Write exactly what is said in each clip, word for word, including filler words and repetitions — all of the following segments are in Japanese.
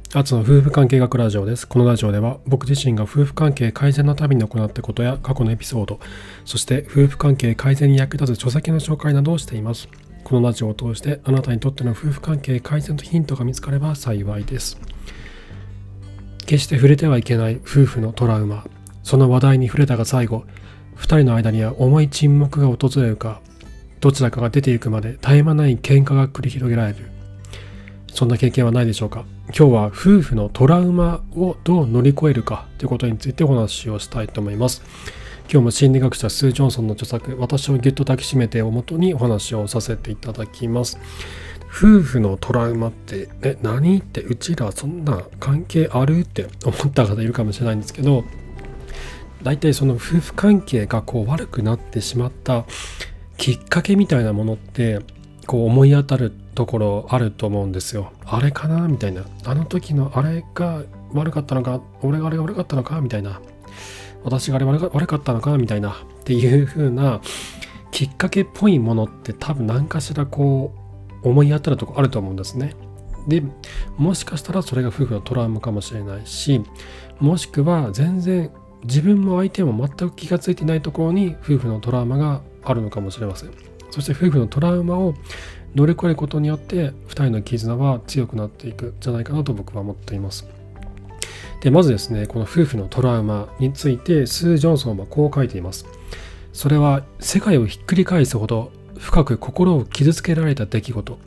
アツの夫婦関係学ラジオです。このラジオでは僕自身が夫婦関係改善のために行ったことや過去のエピソード、そして夫婦関係改善に役立つ書籍の紹介などをしています。このラジオを通してあなたにとっての夫婦関係改善のヒントが見つかれば幸いです。決して触れてはいけない夫婦のトラウマ、その話題に触れたが最後、ふたりの間には重い沈黙が訪れるか、どちらかが出ていくまで絶え間ない喧嘩が繰り広げられる。そんな経験はないでしょうか。今日は夫婦のトラウマをどう乗り越えるかということについてお話をしたいと思います。今日も心理学者スー・ジョンソンの著作、私をぎゅっと抱きしめてをもとにお話をさせていただきます。夫婦のトラウマって、え、何ってうちらそんな関係あるって思った方いるかもしれないんですけど、大体その夫婦関係がこう悪くなってしまったきっかけみたいなものってこう思い当たるところあると思うんですよ。あれかなみたいな。あの時のあれが悪かったのか、俺があれが悪かったのかみたいな。私があれ悪かったのかみたいな。っていう風なきっかけっぽいものって多分何かしらこう思い当たるところあると思うんですね。で、もしかしたらそれが夫婦のトラウマかもしれないし、もしくは全然自分も相手も全く気がついていないところに夫婦のトラウマがあるのかもしれません。そして夫婦のトラウマを乗り越えることによってふたりの絆は強くなっていくんじゃないかなと僕は思っています。で、まずですね、この夫婦のトラウマについてスー・ジョンソンはこう書いています。それは世界をひっくり返すほど深く心を傷つけられた出来事。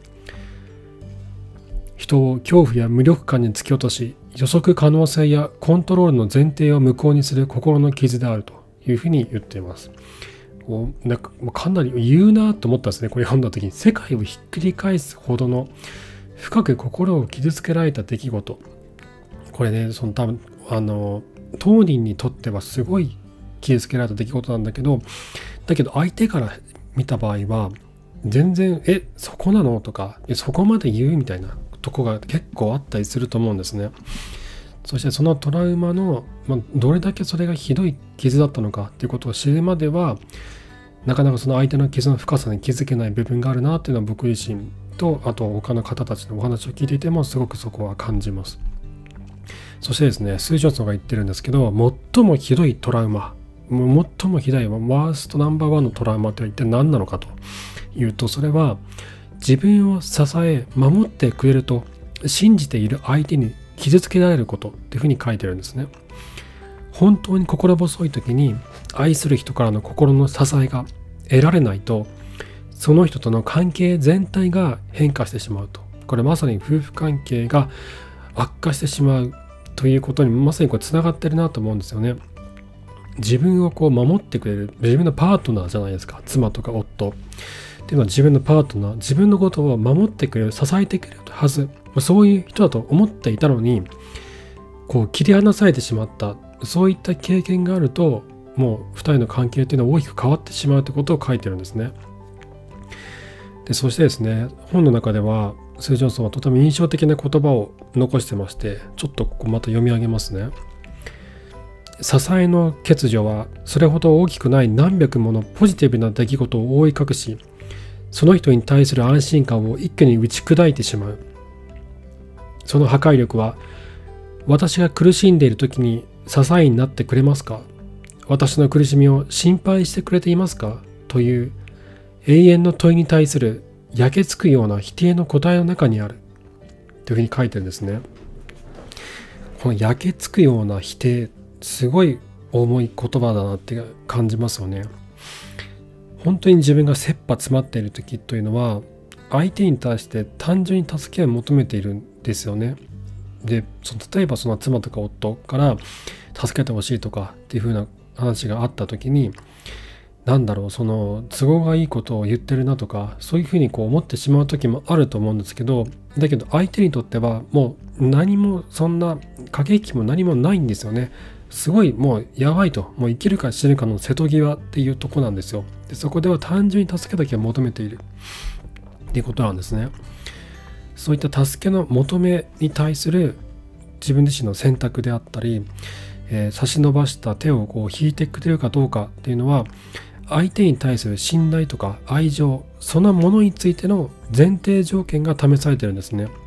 人を恐怖や無力感に突き落とし、予測可能性やコントロールの前提を無効にする心の傷であるというふうに言っています。なんかかなり言うなと思ったんですね。これ読んだ時に、世界をひっくり返すほどの深く心を傷つけられた出来事。これね、その多分あの当人にとってはすごい傷つけられた出来事なんだけど、だけど相手から見た場合は全然えそこなのとか、えそこまで言うみたいなとこが結構あったりすると思うんですね。そしてそのトラウマの、まあ、どれだけそれがひどい傷だったのかっていうことを知るまでは、なかなかその相手の傷の深さに気づけない部分があるなっていうのは僕自身と、あと他の方たちのお話を聞いていてもすごくそこは感じます。そしてですね、スー・ジョンソンが言ってるんですけど、最もひどいトラウマ、もう最もひどいワーストナンバーワンのトラウマって一体何なのかというと、それは自分を支え守ってくれると信じている相手に傷つけられることっていうふうに書いてるんですね。本当に心細い時に愛する人からの心の支えが得られないと、その人との関係全体が変化してしまうと。これまさに夫婦関係が悪化してしまうということにまさにこれつながってるなと思うんですよね。自分をこう守ってくれる自分のパートナーじゃないですか。妻とか夫っていうのは自分のパートナー、自分のことを守ってくれる、支えてくれるはず、そういう人だと思っていたのに、こう切り離されてしまった、そういった経験があると、もうふたりの関係っていうのは大きく変わってしまうということを書いてるんですね。で、そしてですね、本の中ではスー・ジョンソンはとても印象的な言葉を残してまして、ちょっとここまた読み上げますね。支えの欠如はそれほど大きくない何百ものポジティブな出来事を覆い隠し、その人に対する安心感を一気に打ち砕いてしまう。その破壊力は、私が苦しんでいる時に支えになってくれますか？私の苦しみを心配してくれていますか？という永遠の問いに対する焼けつくような否定の答えの中にあるというふうに書いてるんですね。この焼けつくような否定、すごい重い言葉だなって感じますよね。本当に自分が切羽詰まっている時というのは、相手に対して単純に助けを求めているんですよね。で、その例えばその妻とか夫から助けてほしいとかっていう風な話があった時に、なんだろう、その都合がいいことを言ってるなとか、そういう風にこう思ってしまう時もあると思うんですけど、だけど相手にとってはもう何もそんな駆け引きも何もないんですよね。すごいもうやばいと、もう生きるか死ぬかの瀬戸際っていうとこなんですよ。で、そこでは単純に助けだけを求めているっていうことなんですね。そういった助けの求めに対する自分自身の選択であったり、えー、差し伸ばした手をこう引いてくれるかどうかっていうのは、相手に対する信頼とか愛情、そのものについての前提条件が試されてるんですね。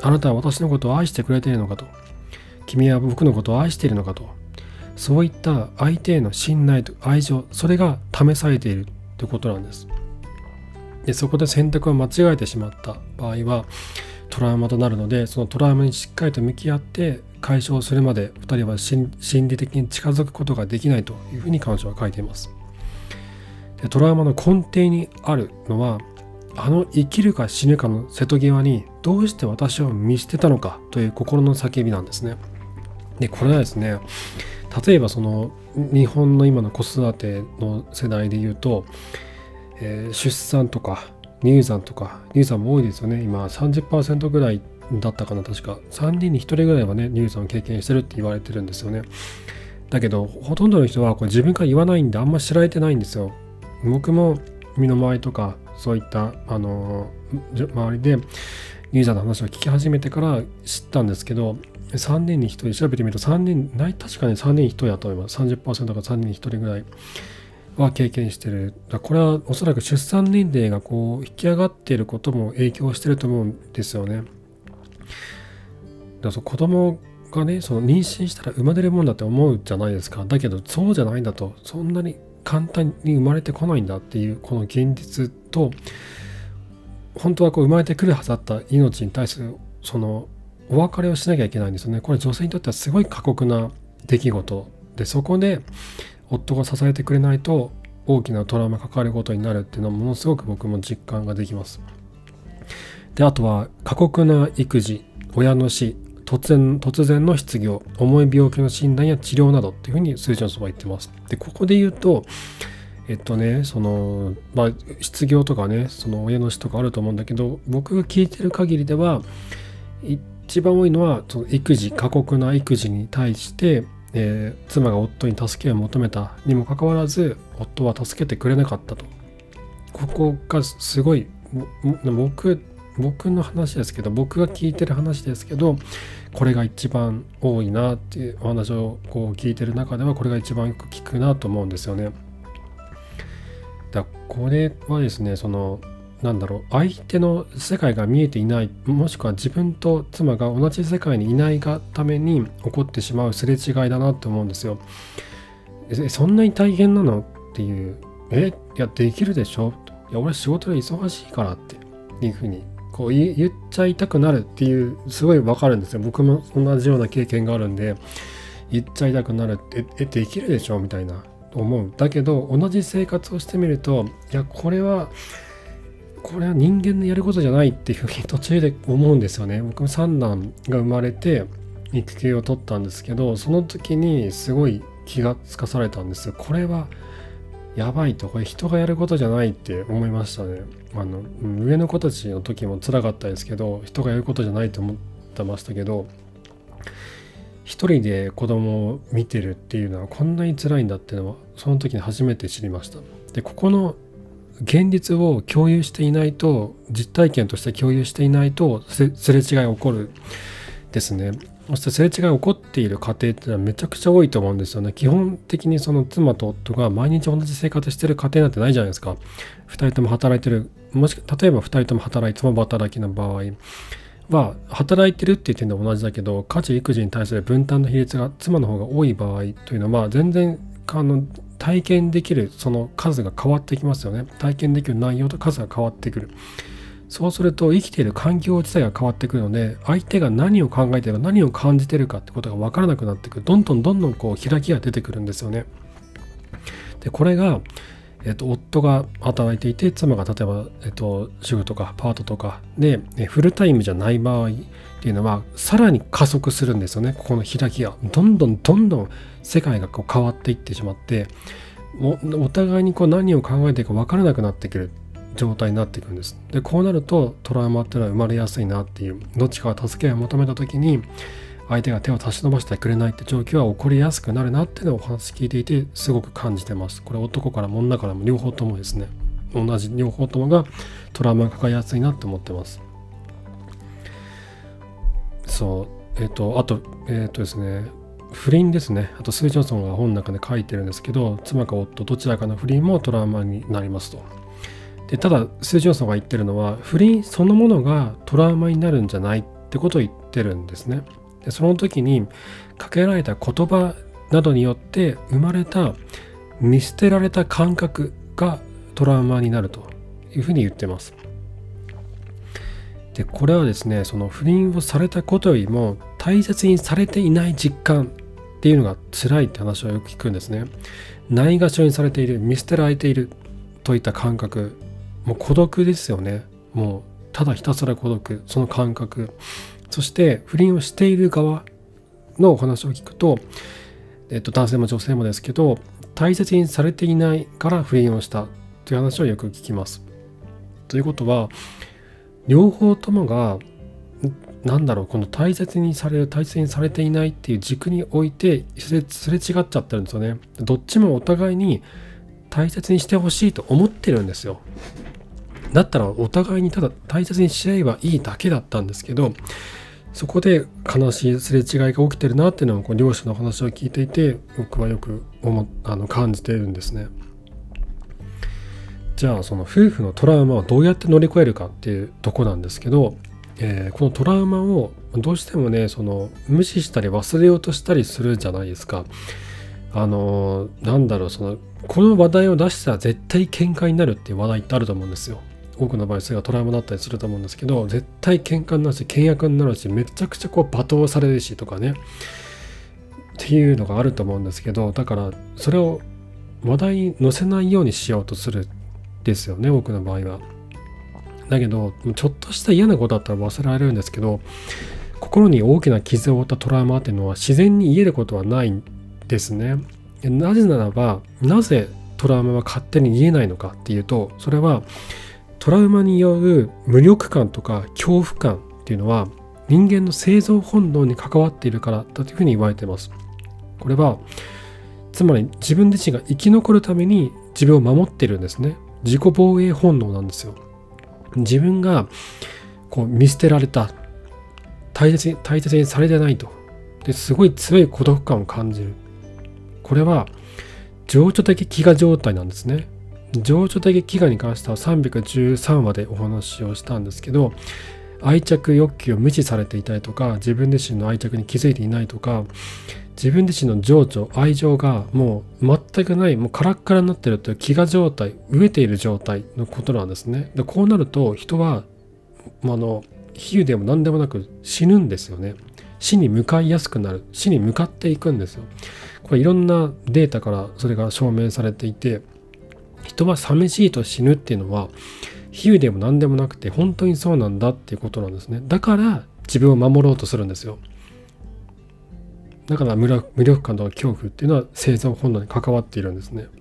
あなたは私のことを愛してくれているのかと、君は僕のことを愛しているのかと、そういった相手への信頼と愛情、それが試されているということなんです。でそこで選択を間違えてしまった場合はトラウマとなるので、そのトラウマにしっかりと向き合って解消するまでふたりは心理的に近づくことができないというふうに彼女は書いています。でトラウマの根底にあるのは、あの生きるか死ぬかの瀬戸際にどうして私を見捨てたのかという心の叫びなんですね。でこれはですね、例えばその日本の今の子育ての世代で言うと、えー、出産とか乳産とか、乳産も多いですよね。今 さんじゅっパーセント ぐらいだったかな、確かさんにんにひとりぐらいはね乳産を経験してるって言われてるんですよね。だけどほとんどの人はこれ自分から言わないんであんま知られてないんですよ。僕も身の回りとかそういったあの周りで乳産の話を聞き始めてから知ったんですけど、さんにんにひとり調べてみるとさんにんない、確かにさんにんにひとりだと思います。 さんじゅっパーセント かさんにんにひとりぐらいは経験してる。だこれはおそらく出産年齢がこう引き上がっていることも影響してると思うんですよね。だからその子供がね、その妊娠したら生まれるもんだって思うじゃないですか。だけどそうじゃないんだと、そんなに簡単に生まれてこないんだっていうこの現実と、本当はこう生まれてくるはずだった命に対するそのお別れをしなきゃいけないんですよね。これ女性にとってはすごい過酷な出来事で、そこで夫が支えてくれないと大きなトラウマがかかることになるっていうのはものすごく僕も実感ができます。であとは過酷な育児、親の死、突然突然の失業、重い病気の診断や治療などっていうふうにスージョンソンは言ってます。でここで言うとえっとねそのまあ失業とかね、その親の死とかあると思うんだけど、僕が聞いてる限りでは一番多いのはその育児、過酷な育児に対して、えー、妻が夫に助けを求めたにもかかわらず夫は助けてくれなかったと。ここがすごい僕僕の話ですけど、僕が聞いてる話ですけど、これが一番多いなっていうお話をこう聞いてる中ではこれが一番よく聞くなと思うんですよね。だこれはですね、そのなんだろう、相手の世界が見えていない、もしくは自分と妻が同じ世界にいないがために起こってしまうすれ違いだなって思うんですよ。えそんなに大変なのっていう、えいやできるでしょ、いや俺仕事で忙しいからっていうふうにこう言っちゃいたくなるっていう、すごいわかるんですよ。僕も同じような経験があるんで、言っちゃいたくなるって、えできるでしょみたいな思う。だけど同じ生活をしてみると、いやこれはこれは人間のやることじゃないっていうふうに途中で思うんですよね。僕も三男が生まれて育休を取ったんですけど、その時にすごい気がつかされたんですよ。これはやばいと、これ人がやることじゃないって思いましたね。あの上の子たちの時も辛かったですけど、人がやることじゃないと思ってましたけど、一人で子供を見てるっていうのはこんなに辛いんだっていうのはその時に初めて知りました。でここの現実を共有していないと、実体験として共有していないとすれ違いが起こるですね。そしてすれ違いが起こっている家庭っていうのはめちゃくちゃ多いと思うんですよね。基本的にその妻と夫が毎日同じ生活してる家庭なんてないじゃないですか。ふたりとも働いてる、もし例えばふたりとも働いて共働きの場合は働いてるっていう点では同じだけど、家事育児に対する分担の比率が妻の方が多い場合というのは全然あの体験できるその数が変わってきますよね。体験できる内容と数が変わってくる。そうすると生きている環境自体が変わってくるので、相手が何を考えているか何を感じているかってことが分からなくなってくる。どんどんどんどんこう開きが出てくるんですよね。でこれが、えっと、夫が働いていて妻が例えば、えっと、主婦とかパートとかでフルタイムじゃない場合っていうのはさらに加速するんですよね。ここの開きがどんどんどんどん世界がこう変わっていってしまって、もお互いにこう何を考えているか分からなくなってくる状態になっていくんです。でこうなるとトラウマっていうのは生まれやすいなっていう、どっちかが助けを求めた時に相手が手を差し伸ばしてくれないって状況は起こりやすくなるなっていうのをお話聞いていてすごく感じてます。これ男からも女からも両方ともですね、同じ両方ともがトラウマがかかりやすいなって思ってます。そうえっ、ー、とあとえっ、ー、とですね不倫ですね。あとスー・ジョンソンが本の中で書いてるんですけど、妻か夫どちらかの不倫もトラウマになりますと。でただスー・ジョンソンが言ってるのは、不倫そのものがトラウマになるんじゃないっってことを言ってるんですね。でその時にかけられた言葉などによって生まれた見捨てられた感覚がトラウマになるというふうに言ってます。でこれはですね、その不倫をされたことよりも大切にされていない実感っていうのが辛いって話をよく聞くんですね。ないがしろにされている、見捨てられているといった感覚、もう孤独ですよね。もうただひたすら孤独、その感覚。そして不倫をしている側のお話を聞くと、えっと、男性も女性もですけど、大切にされていないから不倫をしたという話をよく聞きます。ということは、両方ともがなんだろう、この大切にされる大切にされていないっていう軸においてすれ、すれ違っちゃってるんですよね。どっちもお互いに大切にしてほしいと思ってるんですよ。だったらお互いにただ大切にし合えばいいだけだったんですけど、そこで悲しいすれ違いが起きてるなっていうのをこう両親の話を聞いていて、僕はよく思あの感じているんですね。じゃあその夫婦のトラウマをどうやって乗り越えるかっていうとこなんですけど、えー、このトラウマをどうしてもね、その無視したり忘れようとしたりするじゃないですか。あのー、なんだろう、そのこの話題を出したら絶対喧嘩になるっていう話題ってあると思うんですよ。多くの場合それがトラウマだったりすると思うんですけど、絶対喧嘩になるし倹約になるし、めちゃくちゃこう罵倒されるしとかねっていうのがあると思うんですけど、だからそれを話題に載せないようにしようとするですよね、多くの場合は。だけどちょっとした嫌なことだったら忘れられるんですけど、心に大きな傷を負ったトラウマっていうのは自然に癒えることはないんですね。なぜならば、なぜトラウマは勝手に癒えないのかっていうと、それはトラウマによる無力感とか恐怖感っていうのは人間の生存本能に関わっているからだというふうに言われています。これはつまり自分自身が生き残るために自分を守っているんですね。自己防衛本能なんですよ。自分がこう見捨てられた、大切に大切にされてないと、ですごい強い孤独感を感じる。これは情緒的飢餓状態なんですね。情緒的飢餓に関してはさんびゃくじゅうさんわでお話をしたんですけど、愛着欲求を無視されていたりとか、自分自身の愛着に気づいていないとか、自分自身の情緒愛情がもう全くない、もうカラッカラになっているという飢餓状態、飢えている状態のことなんですね。でこうなると人はあの比喩でも何でもなく死ぬんですよね。死に向かいやすくなる、死に向かっていくんですよ。これいろんなデータからそれが証明されていて、人は寂しいと死ぬっていうのは比喩でも何でもなくて本当にそうなんだっていうことなんですね。だから自分を守ろうとするんですよ。だから無力感とか恐怖っていうのは生存本能に関わっているんですね。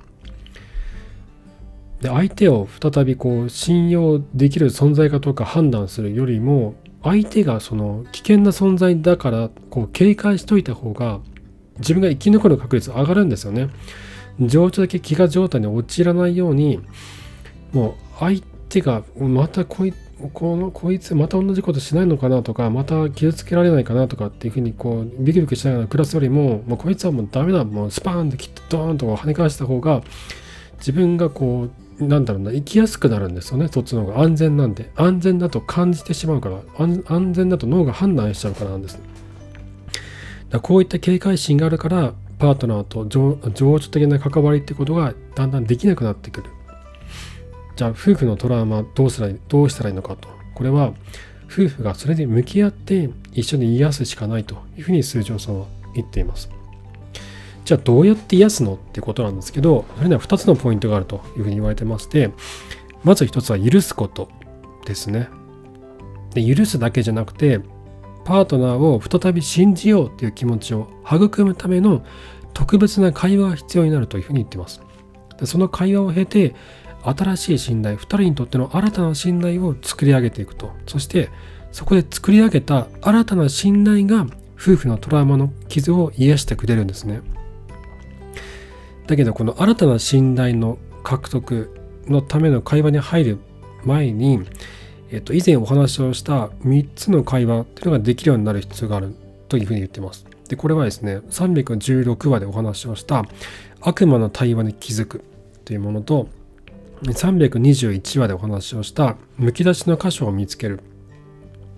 で相手を再びこう信用できる存在かどうか判断するよりも、相手がその危険な存在だからこう警戒しといた方が自分が生き残る確率上がるんですよね。情緒的飢餓状態に陥らないように、もう相手がまたこいこのこいつまた同じことしないのかなとか、また傷つけられないかなとかっていうふうにこうビクビクしながら暮らすよりも、もうこいつはもうダメだ、もうスパーンって切ってドーンとこう跳ね返した方が自分がこうなんだろうな生きやすくなるんですよね。そっちの方が安全なんで、安全だと感じてしまうから、安, 安全だと脳が判断しちゃうからなんです。だからこういった警戒心があるからパートナーと 情, 情緒的な関わりってことがだんだんできなくなってくる。じゃあ夫婦のトラウマどうしたらどうしたらいいのかと。これは夫婦がそれで向き合って一緒に癒すしかないというふうに数条さんは言っています。じゃあどうやって癒すのってことなんですけど、それにはふたつのポイントがあるというふうに言われてまして、まずひとつは許すことですね。で許すだけじゃなくて、パートナーを再び信じようという気持ちを育むための特別な会話が必要になるというふうに言っています。でその会話を経て新しい信頼、ふたりにとっての新たな信頼を作り上げていくと。そしてそこで作り上げた新たな信頼が夫婦のトラウマの傷を癒してくれるんですね。だけどこの新たな信頼の獲得のための会話に入る前に、えっと、以前お話をしたみっつの会話っていうのができるようになる必要があるというふうに言っています。でこれはですね、さんびゃくじゅうろくわでお話をした悪魔の対話に気づくというものと、さんびゃくにじゅういちわでお話をしたむき出しの箇所を見つける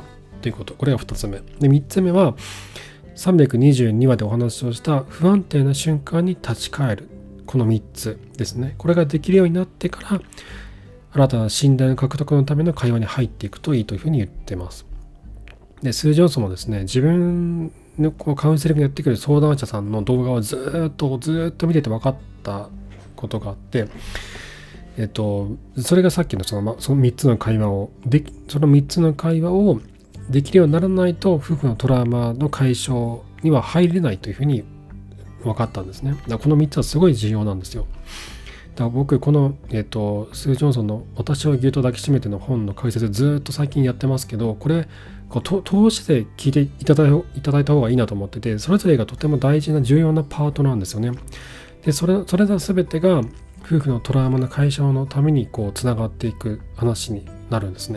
ということ。これがふたつめ。で、みっつめは、さんびゃくにじゅうにわでお話をした不安定な瞬間に立ち返る。このみっつですね。これができるようになってから、新たな信頼の獲得のための会話に入っていくといいというふうに言ってます。で、スー・ジョンソンもですね、自分のこうカウンセリングやってくる相談者さんの動画をずーっとずーっと見てて分かったことがあって、えっと、それがさっきのその、ま、そのみっつの会話をでき、そのみっつの会話をできるようにならないと、夫婦のトラウマの解消には入れないというふうに分かったんですね。だからこのみっつはすごい重要なんですよ。だから僕、この、えっと、スー・ジョンソンの私をぎゅっと抱きしめての本の解説ずっと最近やってますけど、これ、こう通して聞いていただいいただいた方がいいなと思ってて、それぞれがとても大事な重要なパートなんですよね。で、それ、それら全てが夫婦のトラウマの解消のためにこうつながっていく話になるんですね。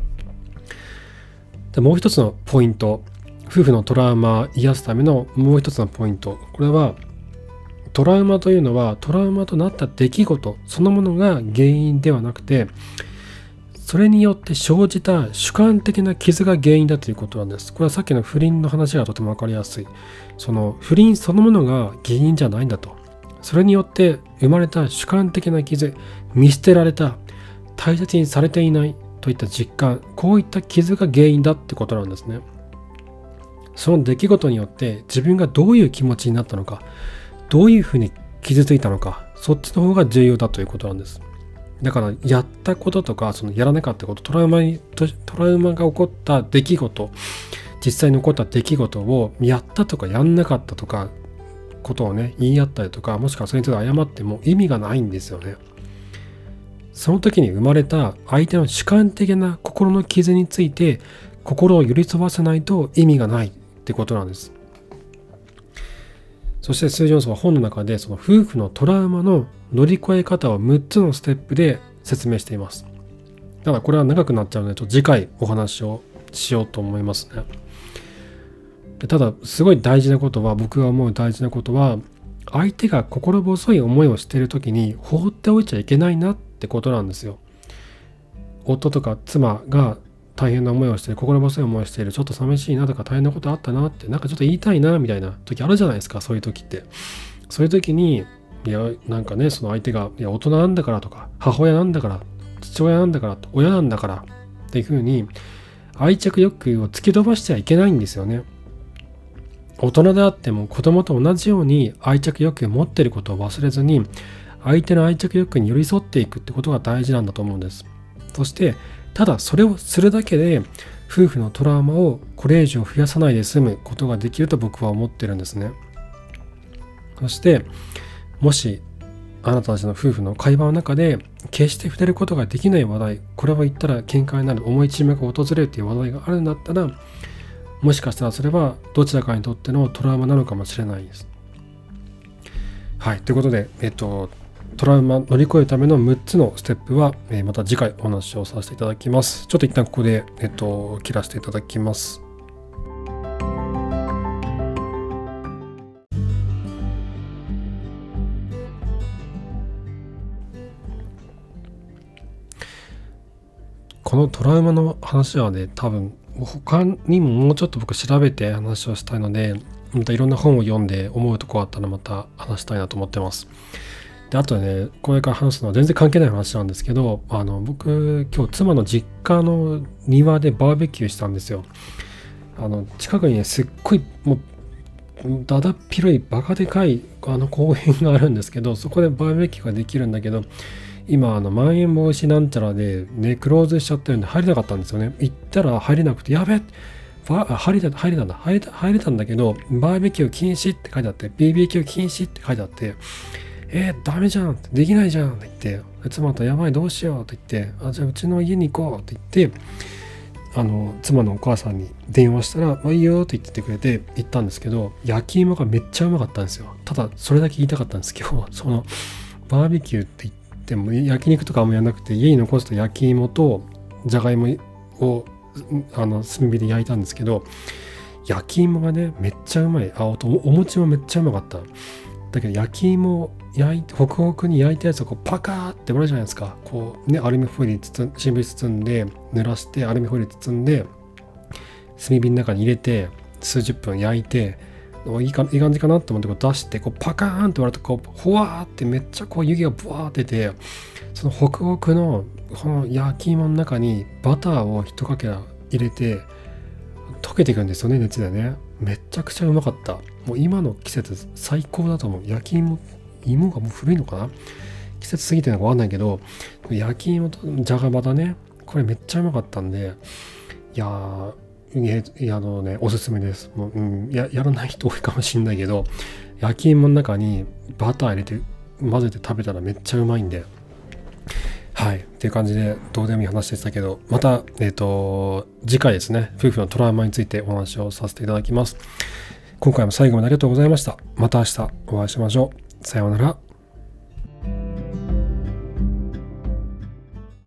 で、もう一つのポイント、夫婦のトラウマを癒すためのもう一つのポイント、これは、トラウマというのはトラウマとなった出来事そのものが原因ではなくて、それによって生じた主観的な傷が原因だということなんです。これはさっきの不倫の話がとても分かりやすい。その不倫そのものが原因じゃないんだと。それによって生まれた主観的な傷、見捨てられた、大切にされていないといった実感、こういった傷が原因だってことなんですね。その出来事によって自分がどういう気持ちになったのか、どういうふうに傷ついたのか、そっちの方が重要だということなんです。だからやったこととか、そのやらなかったこと、トラウマにトラウマが起こった出来事、実際に起こった出来事をやったとかやんなかったとかことをね言い合ったりとか、もしくはそれについて謝っても意味がないんですよね。その時に生まれた相手の主観的な心の傷について心を寄り添わせないと意味がないってことなんです。そしてスー・ジョンソンは本の中でその夫婦のトラウマの乗り越え方をむっつのステップで説明しています。ただこれは長くなっちゃうのでちょっと次回お話をしようと思いますね。でただすごい大事なことは、僕が思う大事なことは、相手が心細い思いをしている時に放っておいちゃいけないなってことなんですよ。夫とか妻が大変な思いをして、心細い思いをしている、ちょっと寂しいなとか大変なことあったなって、なんかちょっと言いたいなみたいな時あるじゃないですか。そういう時ってそういう時に、いやなんかね、その相手がいや大人なんだからとか、母親なんだから、父親なんだから、親なんだからっていう風に愛着欲求を突き飛ばしちゃいけないんですよね。大人であっても子供と同じように愛着欲求を持っていることを忘れずに、相手の愛着欲求に寄り添っていくってことが大事なんだと思うんです。そしてただそれをするだけで夫婦のトラウマをこれ以上増やさないで済むことができると僕は思ってるんですね。そしてもしあなたたちの夫婦の会話の中で決して触れることができない話題、これは言ったら喧嘩になる、重い一面が訪れるという話題があるんだったら、もしかしたらそれはどちらかにとってのトラウマなのかもしれないです。はい、ということで、えっとトラウマ乗り越えるためのむっつのステップは、えー、また次回お話をさせていただきます。ちょっと一旦ここで、えっと、切らせていただきます。このトラウマの話はね、多分他にももうちょっと僕調べて話をしたいので、またいろんな本を読んで思うところあったらまた話したいなと思ってます。であとね、これから話すのは全然関係ない話なんですけど、あの僕今日妻の実家の庭でバーベキューしたんですよ。あの近くにね、すっごいもうだだっ広いバカでかいあの公園があるんですけど、そこでバーベキューができるんだけど、今あのまん延防止なんちゃらでねクローズしちゃってるんで入れなかったんですよね。行ったら入れなくて、やべっ入れた入れたんだ入れた入れたんだけど、バーベキュー禁止って書いてあって、 ビービーキュー 禁止って書いてあって、えー、ダメじゃんって、できないじゃんって言って、妻とやばいどうしようって言って、あじゃあうちの家に行こうって言って、あの妻のお母さんに電話したら、まあ、いいよって言ってくれて行ったんですけど、焼き芋がめっちゃうまかったんですよ。ただそれだけ言いたかったんですけど、そのバーベキューって言っても焼肉とかあんまやらなくて、家に残した焼き芋とじゃがいもをあの炭火で焼いたんですけど、焼き芋がねめっちゃうまい。あお餅もめっちゃうまかった。だけど焼き芋焼いてホクホクに焼いたやつをこうパカーって割るじゃないですか。こうねアルミホイルに包ん新聞包んで濡らしてアルミホイル包んで炭火の中に入れて数十分焼いて、いいかいい感じかなと思ってこう出して、こうパカーンって割るとこうほわーってめっちゃこう湯気がブワーって出て、そのホクホクのこの焼き芋の中にバターを一かけら入れて溶けていくんですよね、熱でね。めっちゃくちゃうまかった。もう今の季節最高だと思う。焼き芋、芋がもう古いのかな、季節過ぎてるのかわかんないけど、焼き芋とじゃがバタね、これめっちゃうまかったんで、いやー、いやあのね、おすすめです。もう、うん、ややらない人多いかもしんないけど、焼き芋の中にバター入れて混ぜて食べたらめっちゃうまいんで、はい。っていう感じで、どうでもいい話でしたけど、また、えっと、次回ですね、夫婦のトラウマについてお話をさせていただきます。今回も最後までありがとうございました。また明日お会いしましょう。さようなら。